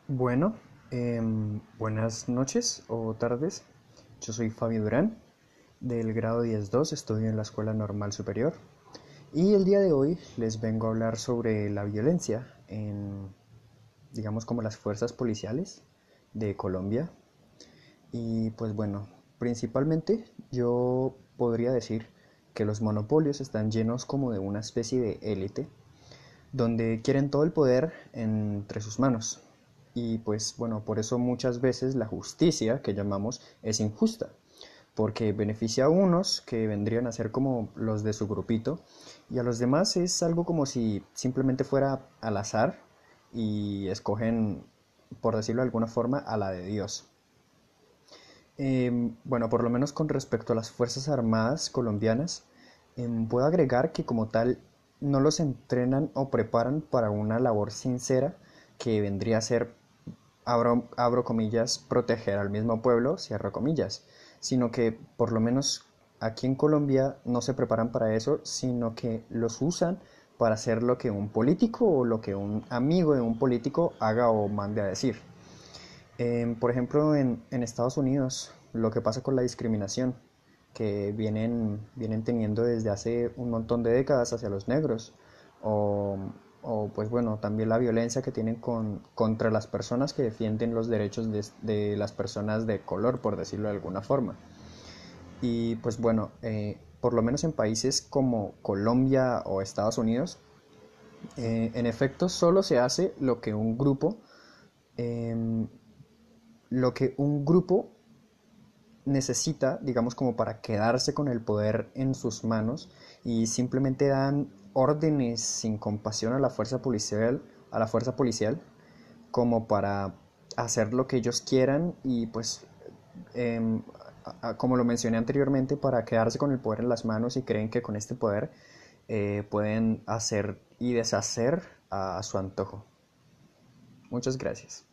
Bueno, buenas noches o tardes. Yo soy Fabio Durán, del grado 10-2, estudio en la Escuela Normal Superior. Y el día de hoy les vengo a hablar sobre la violencia en, digamos, como las fuerzas policiales de Colombia. Y pues bueno, principalmente yo podría decir que los monopolios están llenos como de una especie de élite donde quieren todo el poder entre sus manos. Y pues bueno, por eso muchas veces la justicia que llamamos es injusta, porque beneficia a unos que vendrían a ser como los de su grupito y a los demás es algo como si simplemente fuera al azar y escogen, por decirlo de alguna forma, a la de Dios. Bueno, por lo menos con respecto a las Fuerzas Armadas colombianas, puedo agregar que como tal no los entrenan o preparan para una labor sincera que vendría a ser, abro comillas, proteger al mismo pueblo, cierro comillas, sino que por lo menos aquí en Colombia no se preparan para eso, sino que los usan para hacer lo que un político o lo que un amigo de un político haga o mande a decir. Por ejemplo, en Estados Unidos, lo que pasa con la discriminación que vienen teniendo desde hace un montón de décadas hacia los negros, o, pues bueno, también la violencia que tienen contra las personas que defienden los derechos de las personas de color, por decirlo de alguna forma. Y pues bueno, por lo menos en países como Colombia o Estados Unidos, en efecto solo se hace em, lo que un grupo necesita, digamos, como para quedarse con el poder en sus manos y simplemente dan órdenes sin compasión a la fuerza policial, como para hacer lo que ellos quieran y pues em, como lo mencioné anteriormente, para quedarse con el poder en las manos y creen que con este poder pueden hacer y deshacer a su antojo. Muchas gracias.